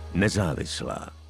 Nezávislá.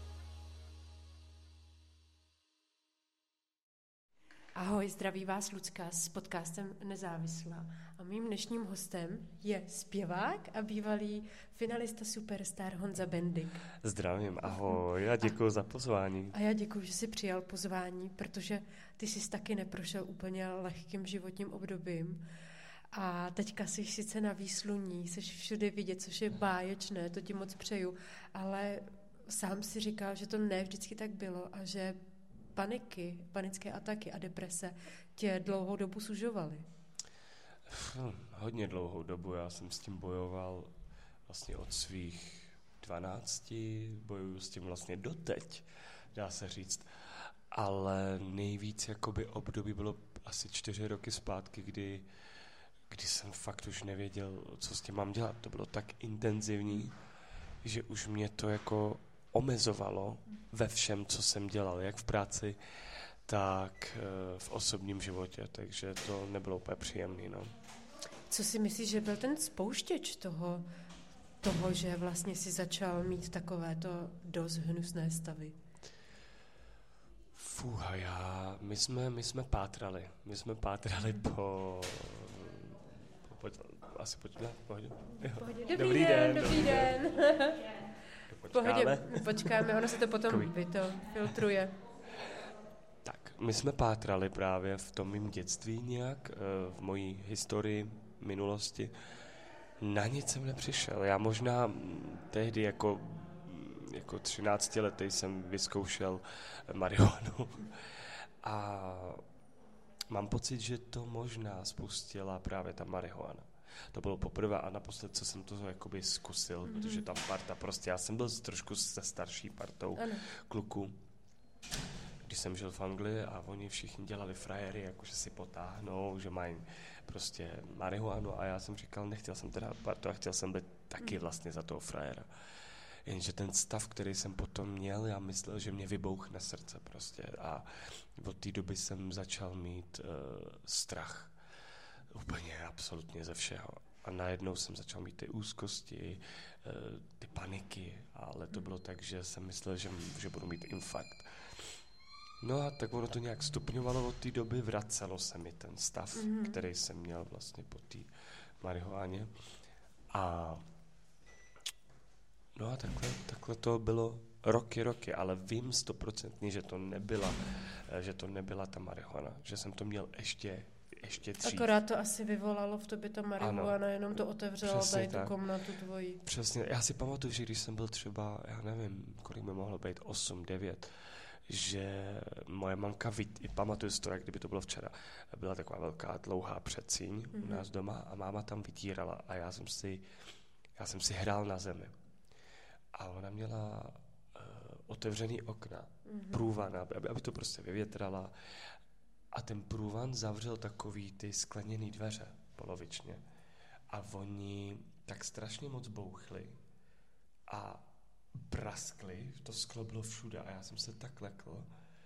Ahoj, zdraví vás Lucka s podcastem Nezávislá. A mým dnešním hostem je zpěvák a bývalý finalista Superstar Honza Bendik. Zdravím, ahoj, a děkuji za pozvání. A já děkuji, že jsi přijal pozvání, protože ty jsi taky neprošel úplně lehkým životním obdobím. A teďka jsi sice na výsluní, jsi všude vidět, což je báječné, to ti moc přeju, ale sám si říkal, že to ne vždycky tak bylo a že panické ataky a deprese tě dlouhou dobu sužovaly. Hodně dlouhou dobu, já jsem s tím bojoval vlastně od svých 12, bojuju s tím vlastně doteď, dá se říct. Ale nejvíc jakoby období bylo asi 4 roky zpátky, kdy jsem fakt už nevěděl, co s tím mám dělat. To bylo tak intenzivní, že už mě to jako omezovalo ve všem, co jsem dělal, jak v práci, tak v osobním životě, takže to nebylo úplně příjemný, no. Co si myslíš, že byl ten spouštěč toho, že vlastně si začal mít takovéto dost hnusné stavy? My jsme pátrali po pohodě. Dobrý den. Počkáme, ono se to potom filtruje. Tak, my jsme pátrali právě v tom mým dětství nějak, v mojí historii, minulosti. Na nic jsem nepřišel. Já možná tehdy jako 13letý jsem vyzkoušel marihuanu a mám pocit, že to možná spustila právě ta marihuana. To bylo poprvé a naposled, co jsem to jakoby zkusil, protože ta parta prostě, já jsem byl trošku se starší partou kluků, když jsem žil v Anglii a oni všichni dělali frajery, jakože si potáhnou, že mají prostě marihuanu a já jsem říkal, nechtěl jsem teda partu a chtěl jsem být taky vlastně za toho frajera. Jenže ten stav, který jsem potom měl, já myslel, že mě vybouchne srdce prostě a od té doby jsem začal mít strach. Úplně absolutně ze všeho. A najednou jsem začal mít ty úzkosti, ty paniky, ale to bylo tak, že jsem myslel, že budu mít infarkt. No a tak ono to nějak stupňovalo od té doby, vracelo se mi ten stav, který jsem měl vlastně po té marihuáně. A no a takhle to bylo roky, ale vím 100%, že to nebyla ta marihuana, že jsem to měl ještě dřív. Akorát to asi vyvolalo v tobě ta marihuana, jenom to otevřelo tady tu komnatu tvoji. Přesně, já si pamatuju, že když jsem byl třeba, já nevím, kolik mi mohlo být, 8, 9, že moje mamka, pamatuju si to, jak kdyby to bylo včera, byla taková velká dlouhá předsíň u nás doma a máma tam vytírala a já jsem si hrál na zemi. A ona měla otevřený okna, průvan, aby to prostě vyvětrala. A ten průvan zavřel takový ty skleněný dveře polovičně. A oni tak strašně moc bouchli a praskli, to sklo bylo všude a já jsem se tak lekl,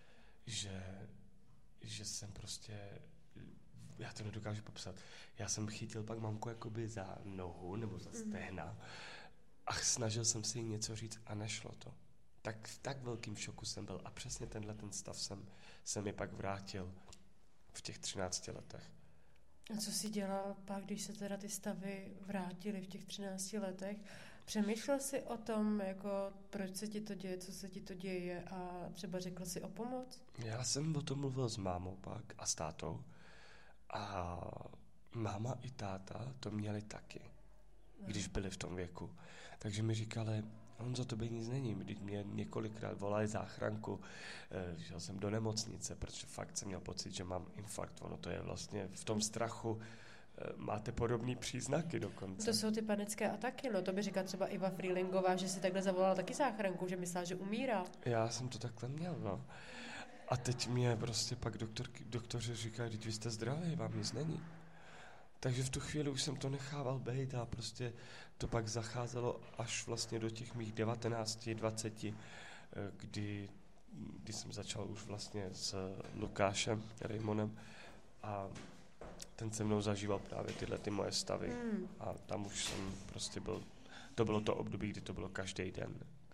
že jsem prostě, já to nedokážu popsat, já jsem chytil pak mamku jakoby za nohu nebo za stehna a snažil jsem si jí něco říct a nešlo to. Tak v tak velkým šoku jsem byl a přesně tenhle ten stav se mi pak vrátil v těch 13 letech. A co jsi dělal pak, když se teda ty stavy vrátily v těch 13 letech? Přemýšlel jsi o tom, jako proč se ti to děje, co se ti to děje a třeba řekl jsi o pomoc? Já jsem o tom mluvil s mámou pak a s tátou a máma i táta to měli taky, když byli v tom věku. Takže mi říkali, Honzo, to by nic není, když mě několikrát volali záchranku, šel jsem do nemocnice, protože fakt jsem měl pocit, že mám infarkt. Ono to je vlastně v tom strachu, máte podobné příznaky dokonce. To jsou ty panické ataky, no to by říkala třeba Iva Freelingová, že si takhle zavolala taky záchranku, že myslela, že umírá. Já jsem to takhle měl, no. A teď mě prostě pak doktoři říkají, teď vy jste zdraví, vám nic není. Takže v tu chvíli už jsem to nechával bejt a prostě to pak zacházelo až vlastně do těch mých 19, 20, kdy jsem začal už vlastně s Lukášem Rejmonem a ten se mnou zažíval právě tyhle ty moje stavy. A tam už jsem prostě byl, to bylo to období, kdy to bylo každý den,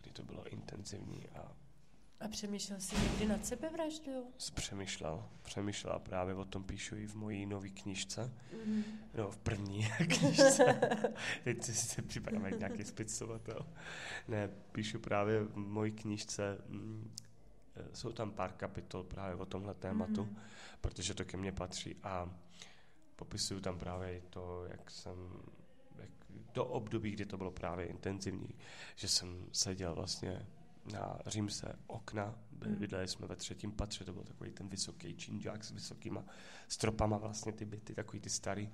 kdy to bylo intenzivní A přemýšlel jsi někdy nad sebevraždou? Přemýšlel a právě o tom píšu i v mojí nové knížce. No, v první knížce. Teď si připravím nějaký spisovatel. Ne, píšu právě v mojí knížce, jsou tam pár kapitol právě o tomhle tématu, protože to ke mně patří a popisuju tam právě i to, jak do období, kdy to bylo právě intenzivní, že jsem seděl vlastně na Římse okna, bydleli jsme ve 3. patře, to byl takový ten vysoký činžák s vysokýma stropama, vlastně ty byty, takový ty starý.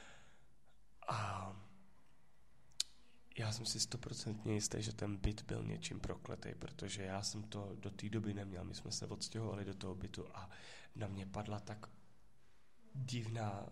A já jsem si 100% jistý, že ten byt byl něčím prokletý, protože já jsem to do té doby neměl. My jsme se odstěhovali do toho bytu a na mě padla tak divná,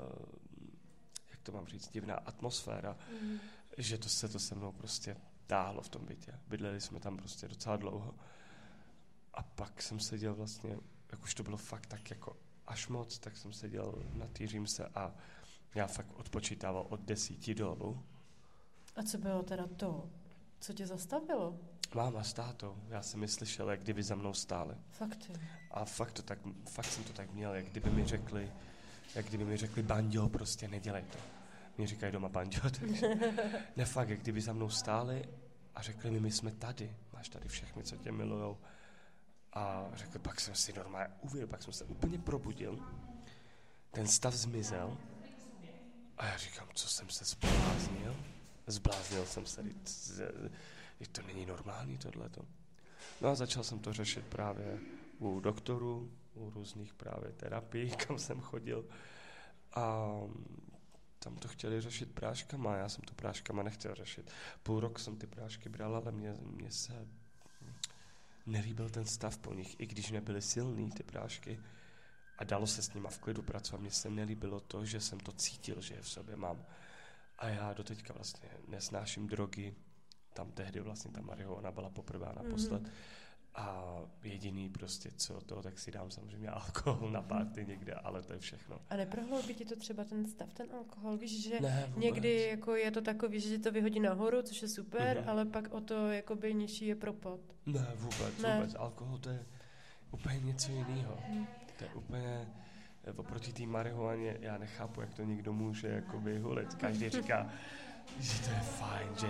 jak to mám říct, divná atmosféra, že to se mnou prostě táhlo v tom bytě. Bydleli jsme tam prostě docela dlouho. A pak jsem seděl vlastně, jak už to bylo fakt tak jako až moc, tak jsem seděl na té Římse a já fakt odpočítával od 10 dolů. A co bylo teda to? Co tě zastavilo? Máma s tátou. Já jsem je slyšel, jak kdyby za mnou stáli. Fakt. A fakt jsem to tak měl, jak kdyby mi řekli, Banďo, prostě nedělej to. Mě říkají doma Banďo, takže ne fakt, jak kdyby za mnou stáli a řekli mi, my jsme tady, máš tady všechny, co tě milujou. A řekl, pak jsem si normálně uvěděl, pak jsem se úplně probudil, ten stav zmizel a já říkám, co jsem se zbláznil jsem se, to není normální tohleto. No a začal jsem to řešit právě u doktorů, u různých právě terapií, kam jsem chodil a tam to chtěli řešit práškama, já jsem to práškama nechtěl řešit. Půl roku jsem ty prášky bral, ale mě se nelíbil ten stav po nich, i když nebyly silný ty prášky a dalo se s nima v klidu pracovat. Mně se nelíbilo to, že jsem to cítil, že je v sobě mám. A já doteďka vlastně nesnáším drogy, tam tehdy vlastně ta marihuana byla poprvé naposled. A jediný prostě, co to, tak si dám samozřejmě alkohol na party někde, ale to je všechno. A neprohloubí ti to třeba ten stav, ten alkohol? Víš, že ne, někdy jako je to takový, že to vyhodí nahoru, což je super, ale pak o to jakoby nižší je propad. Ne, vůbec. Alkohol to je úplně něco jiného. To je úplně, oproti té marihuaně, já nechápu, jak to někdo může jakoby hulit. Každý říká, že to je fajn, že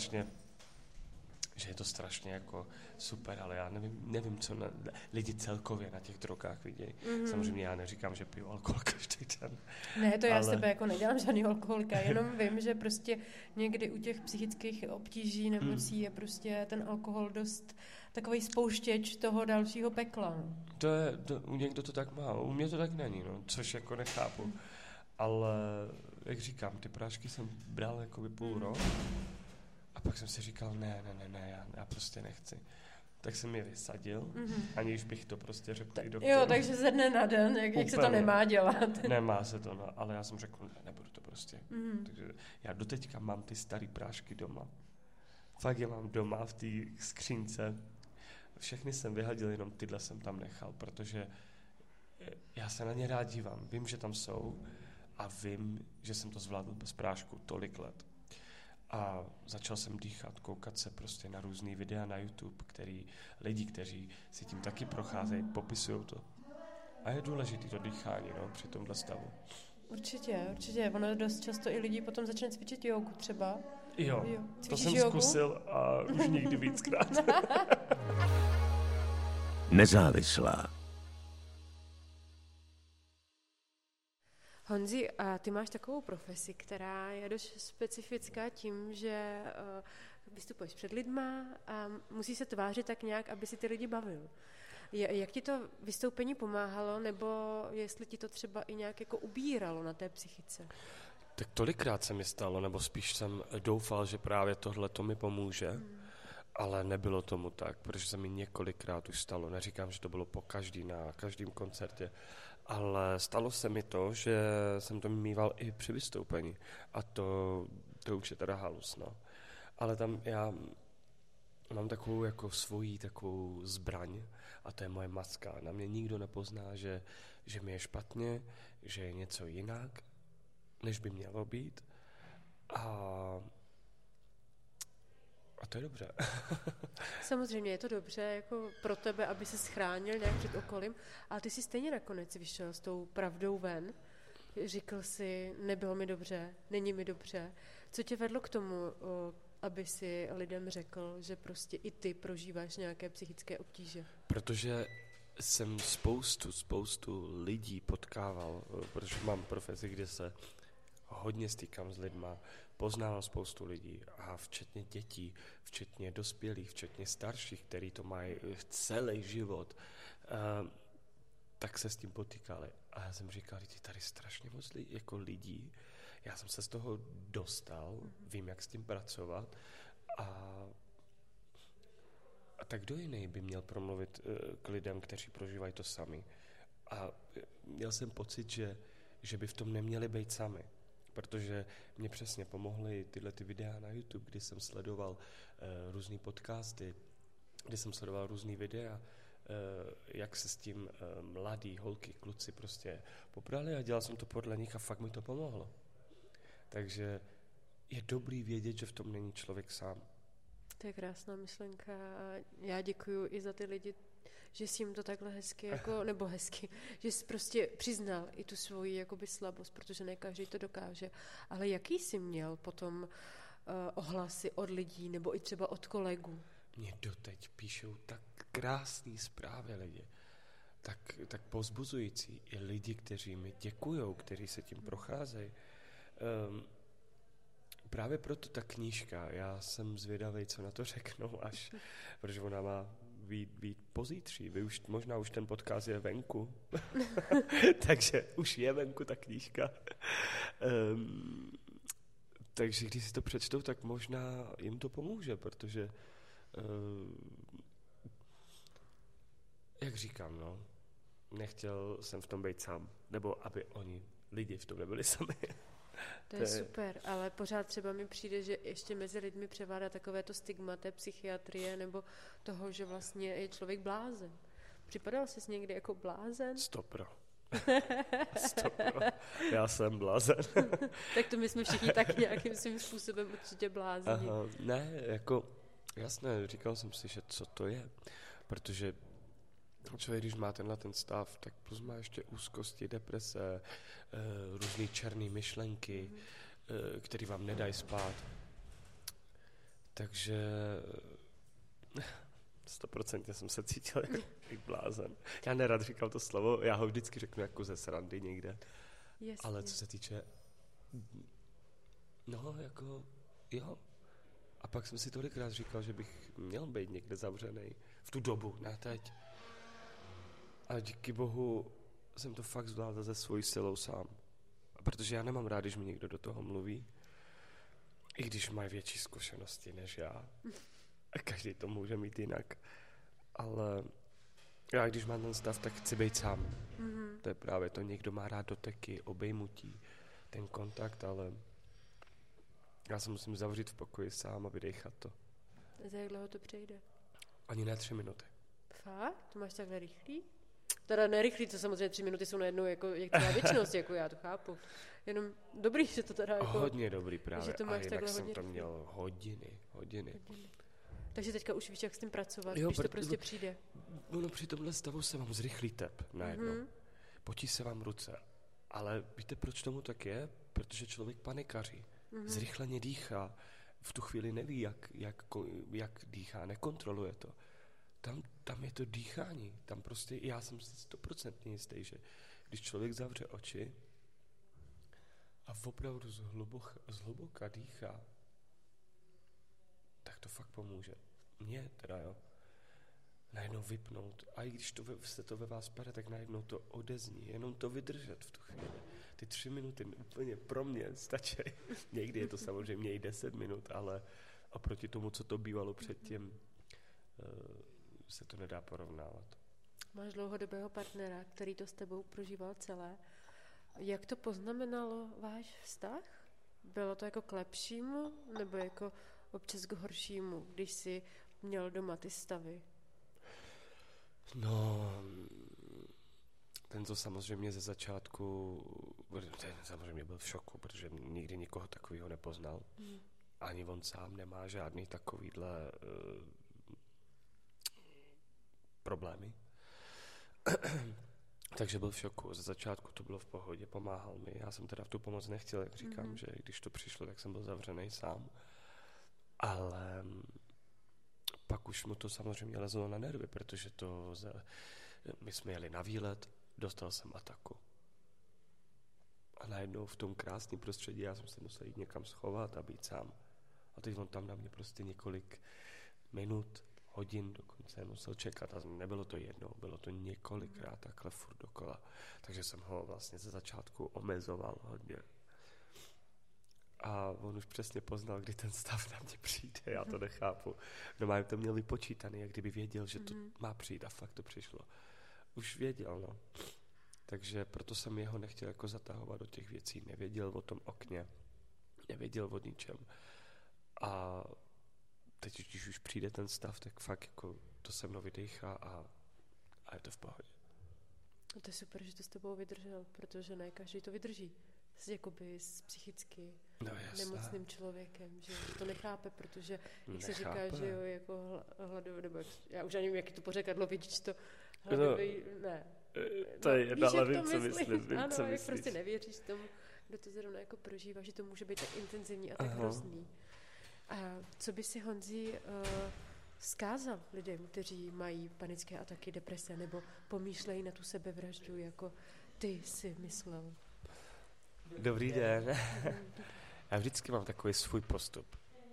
je to strašně jako super, ale já nevím co lidi celkově na těch drogách vidějí. Samozřejmě já neříkám, že piju alkohol každý den. Ne, to já z tebe jako nedělám žádný alkoholika, jenom vím, že prostě někdy u těch psychických obtíží nemocí je prostě ten alkohol dost takový spouštěč toho dalšího pekla. Někdo to tak má, u mě to tak není, no, což jako nechápu. Ale jak říkám, ty prášky jsem bral jakoby půl rok. A pak jsem si říkal, ne, já prostě nechci. Tak jsem je vysadil, aniž bych to prostě řekl i doktoru. Jo, takže ze dne na den, jak se to nemá dělat. Nemá se to, no, ale já jsem řekl, ne, nebudu to prostě. Takže já doteďka mám ty starý prášky doma. Fakt je mám doma v té skřínce. Všechny jsem vyhadil, jenom tyhle jsem tam nechal, protože já se na ně rád dívám. Vím, že tam jsou a vím, že jsem to zvládl bez prášku tolik let. A začal jsem dýchat, koukat se prostě na různý videa na YouTube, lidi, kteří si tím taky procházejí, popisují to. A je důležitý to dýchání, no, při tomhle stavu. Určitě. Ono dost často i lidi potom začne cvičit jogu třeba. Jo. To jsem zkusil a už nikdy víckrát. Nezávislá. Honzi, a ty máš takovou profesi, která je dost specifická tím, že vystupuješ před lidma a musí se tvářit tak nějak, aby si ty lidi bavil. Jak ti to vystoupení pomáhalo, nebo jestli ti to třeba i nějak jako ubíralo na té psychice? Tak tolikrát se mi stalo, nebo spíš jsem doufal, že právě tohle to mi pomůže, ale nebylo tomu tak, protože se mi několikrát už stalo. Neříkám, že to bylo po na každém koncertě, ale stalo se mi to, že jsem to mýval i při vystoupení. A to už je teda halus, no. Ale tam já mám takovou jako svoji takovou zbraň a to je moje maska. Na mě nikdo nepozná, že mi je špatně, že je něco jinak, než by mělo být. A A to je dobře. Samozřejmě je to dobře jako pro tebe, aby se schránil nějak před okolím, ale ty jsi stejně nakonec vyšel s tou pravdou ven. Říkal si, nebylo mi dobře, není mi dobře. Co tě vedlo k tomu, aby si lidem řekl, že prostě i ty prožíváš nějaké psychické obtíže? Protože jsem spoustu lidí potkával, protože mám profesi, kde se hodně stýkám s lidma, poznávám spoustu lidí a včetně dětí, včetně dospělých, včetně starších, kteří to mají celý život, tak se s tím potýkali. A já jsem říkal, že tady strašně moc jako lidí, já jsem se z toho dostal, vím, jak s tím pracovat a tak kdo jiný by měl promluvit k lidem, kteří prožívají to sami. A měl jsem pocit, že by v tom neměli být sami. Protože mě přesně pomohly tyhle ty videa na YouTube, kdy jsem sledoval různý podcasty, kdy jsem sledoval různý videa, jak se s tím mladí holky, kluci prostě poprali a dělal jsem to podle nich a fakt mi to pomohlo. Takže je dobrý vědět, že v tom není člověk sám. To je krásná myšlenka a já děkuju i za ty lidi, že jsi jim to takhle hezky, jako, nebo hezky, že jsi prostě přiznal i tu svoji jakoby slabost, protože ne každý to dokáže. Ale jaký jsi měl potom ohlasy od lidí nebo i třeba od kolegů? Mně doteď píšou tak krásný zprávy lidi, tak povzbuzující. I lidi, kteří mi děkujou, kteří se tím procházejí. Právě proto ta knížka, já jsem zvědavý, co na to řeknou, protože ona má být pozítří. Možná už ten podcast je venku, takže už je venku ta knížka. Takže když si to přečtou, tak možná jim to pomůže, protože jak říkám, no, nechtěl jsem v tom být sám, nebo aby lidi v tom nebyli sami. To je super, ale pořád třeba mi přijde, že ještě mezi lidmi převládá takové to stigma té psychiatrie nebo toho, že vlastně je člověk blázen. Připadal jsi někdy jako blázen? 100%. Já jsem blázen. Tak to my jsme všichni tak nějakým svým způsobem určitě blázení. Aha, ne, jako jasné, říkal jsem si, že co to je, protože člověk, když má ten stav, tak plus má ještě úzkosti, deprese, různý černý myšlenky, které vám nedají spát. Takže 100% jsem se cítil jako blázen. Já nerad říkal to slovo, já ho vždycky řeknu jako ze srandy někde. Jasně. Ale co se týče, no jako, jo. A pak jsem si tolikrát říkal, že bych měl být někde zavřený. V tu dobu, ne teď. A díky bohu jsem to fakt zvládl ze svojí silou sám. Protože já nemám rád, když mi někdo do toho mluví. I když mají větší zkušenosti než já. A každý to může mít jinak. Ale já, když mám ten stav, tak chci být sám. Mm-hmm. To je právě to, někdo má rád doteky, obejmutí, ten kontakt, ale já se musím zavřít v pokoji sám a vydechat to. Za jak dlouho to přejde? Ani ne 3 minuty. Fakt? To máš takhle rychlý? Teda nerychlý, to samozřejmě 3 minuty jsou najednou jako jak celá věčnost, jako já to chápu. Jenom dobrý, že to teda jako... Hodně dobrý právě, že to máš a jinak jsem to rychlý. měl hodiny. Takže teďka už víš, jak s tím pracovat, když to prostě přijde. No při tomhle stavu se vám zrychlí tep najednou. Mm-hmm. Potí se vám ruce. Ale víte, proč tomu tak je? Protože člověk panikaří. Mm-hmm. Zrychleně dýchá. V tu chvíli neví, jak dýchá, nekontroluje to. Tam je to dýchání. Tam prostě, já jsem si 100% jistý, že když člověk zavře oči a opravdu zhluboka dýchá, tak to fakt pomůže. Mně teda, jo. Najednou vypnout. A i když se to ve vás pere, tak najednou to odezní. Jenom to vydržet v tu chvíli. Ty 3 minuty úplně pro mě stačí. Někdy je to samozřejmě i 10 minut, ale oproti tomu, co to bývalo předtím, se to nedá porovnávat. Máš dlouhodobého partnera, který to s tebou prožíval celé. Jak to poznamenalo váš vztah? Bylo to jako k lepšímu, nebo jako občas k horšímu, když jsi měl doma ty stavy? No, ten to samozřejmě ze začátku, ten samozřejmě byl v šoku, protože nikdy nikoho takového nepoznal. ani on sám nemá žádný takovýhle problémy. Takže byl v šoku. Ze začátku to bylo v pohodě, pomáhal mi. Já jsem teda v tu pomoc nechtěl, jak říkám, že když to přišlo, tak jsem byl zavřený sám. Ale pak už mu to samozřejmě lezlo na nervy, protože my jsme jeli na výlet, dostal jsem ataku. A najednou v tom krásném prostředí já jsem se musel jít někam schovat a být sám. A teď on tam na mě prostě několik minut, hodin dokonce musel čekat. A nebylo to jednou, bylo to několikrát takhle furt dokola. Takže jsem ho vlastně ze začátku omezoval hodně. A on už přesně poznal, kdy ten stav na mě přijde, já to nechápu. Normálně to měl vypočítaný, jak kdyby věděl, že to má přijít a fakt to přišlo. Už věděl, no. Takže proto jsem jeho nechtěl jako zatahovat do těch věcí. Nevěděl o tom okně, nevěděl o ničem. A teď, když už přijde ten stav, tak fakt jako to se mnou vydechá a je to v pohodě. No to je super, že to s tebou vydržel, protože ne každý to vydrží. Jakoby s psychicky nemocným člověkem, že to nechápe, protože jak se říká, že jo, jako hladový, nebo já už nevím, jak je to pořekadlo, vidíš to, hladový, ne. To je jedna, ale vím, co myslím. Ano, jak prostě nevěříš tomu, kdo to zrovna jako prožívá, že to může být tak intenzivní a tak hrozný. A co by si, Honzi, vzkázal lidem, kteří mají panické ataky, deprese, nebo pomýšlejí na tu sebevraždu, jako ty si myslel? Dobrý den. Já vždycky mám takový svůj postup.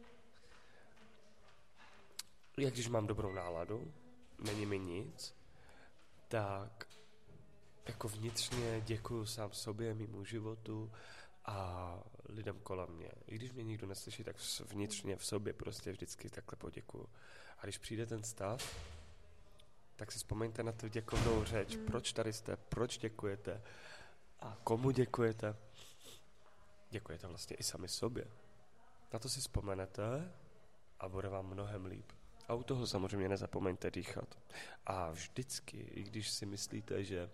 Jak když mám dobrou náladu, není mi nic, tak jako vnitřně děkuju sám sobě, mému životu a lidem kolem mě. I když mě nikdo neslyší, tak vnitřně v sobě prostě vždycky takhle poděkuju. A když přijde ten stav, tak si vzpomeňte na tu děkovnou řeč. Proč tady jste, proč děkujete a komu děkujete. Děkujete vlastně i sami sobě. Na to si vzpomenete a bude vám mnohem líp. A u toho samozřejmě nezapomeňte dýchat. A vždycky, i když si myslíte, že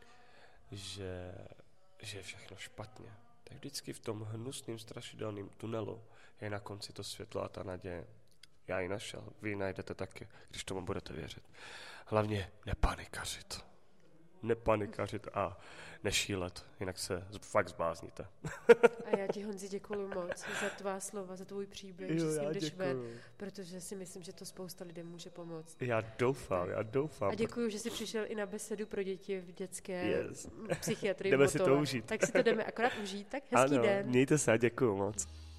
je všechno špatně, tak vždycky v tom hnusným, strašidelným tunelu je na konci to světlo a ta naděje. Já ji našel, vy ji najdete taky, když tomu budete věřit. Hlavně nepanikařit a nešílet, jinak se fakt zblázníte. A já ti, Honzi, děkuju moc za tvá slova, za tvůj příběh, že s ním jdeš ven, protože si myslím, že to spousta lidem může pomoct. Já doufám. A děkuju, že jsi přišel i na besedu pro děti v dětské psychiatrii. Jdeme si to užít. Tak si to jdeme akorát užít, tak hezký den. Mějte se a děkuju moc.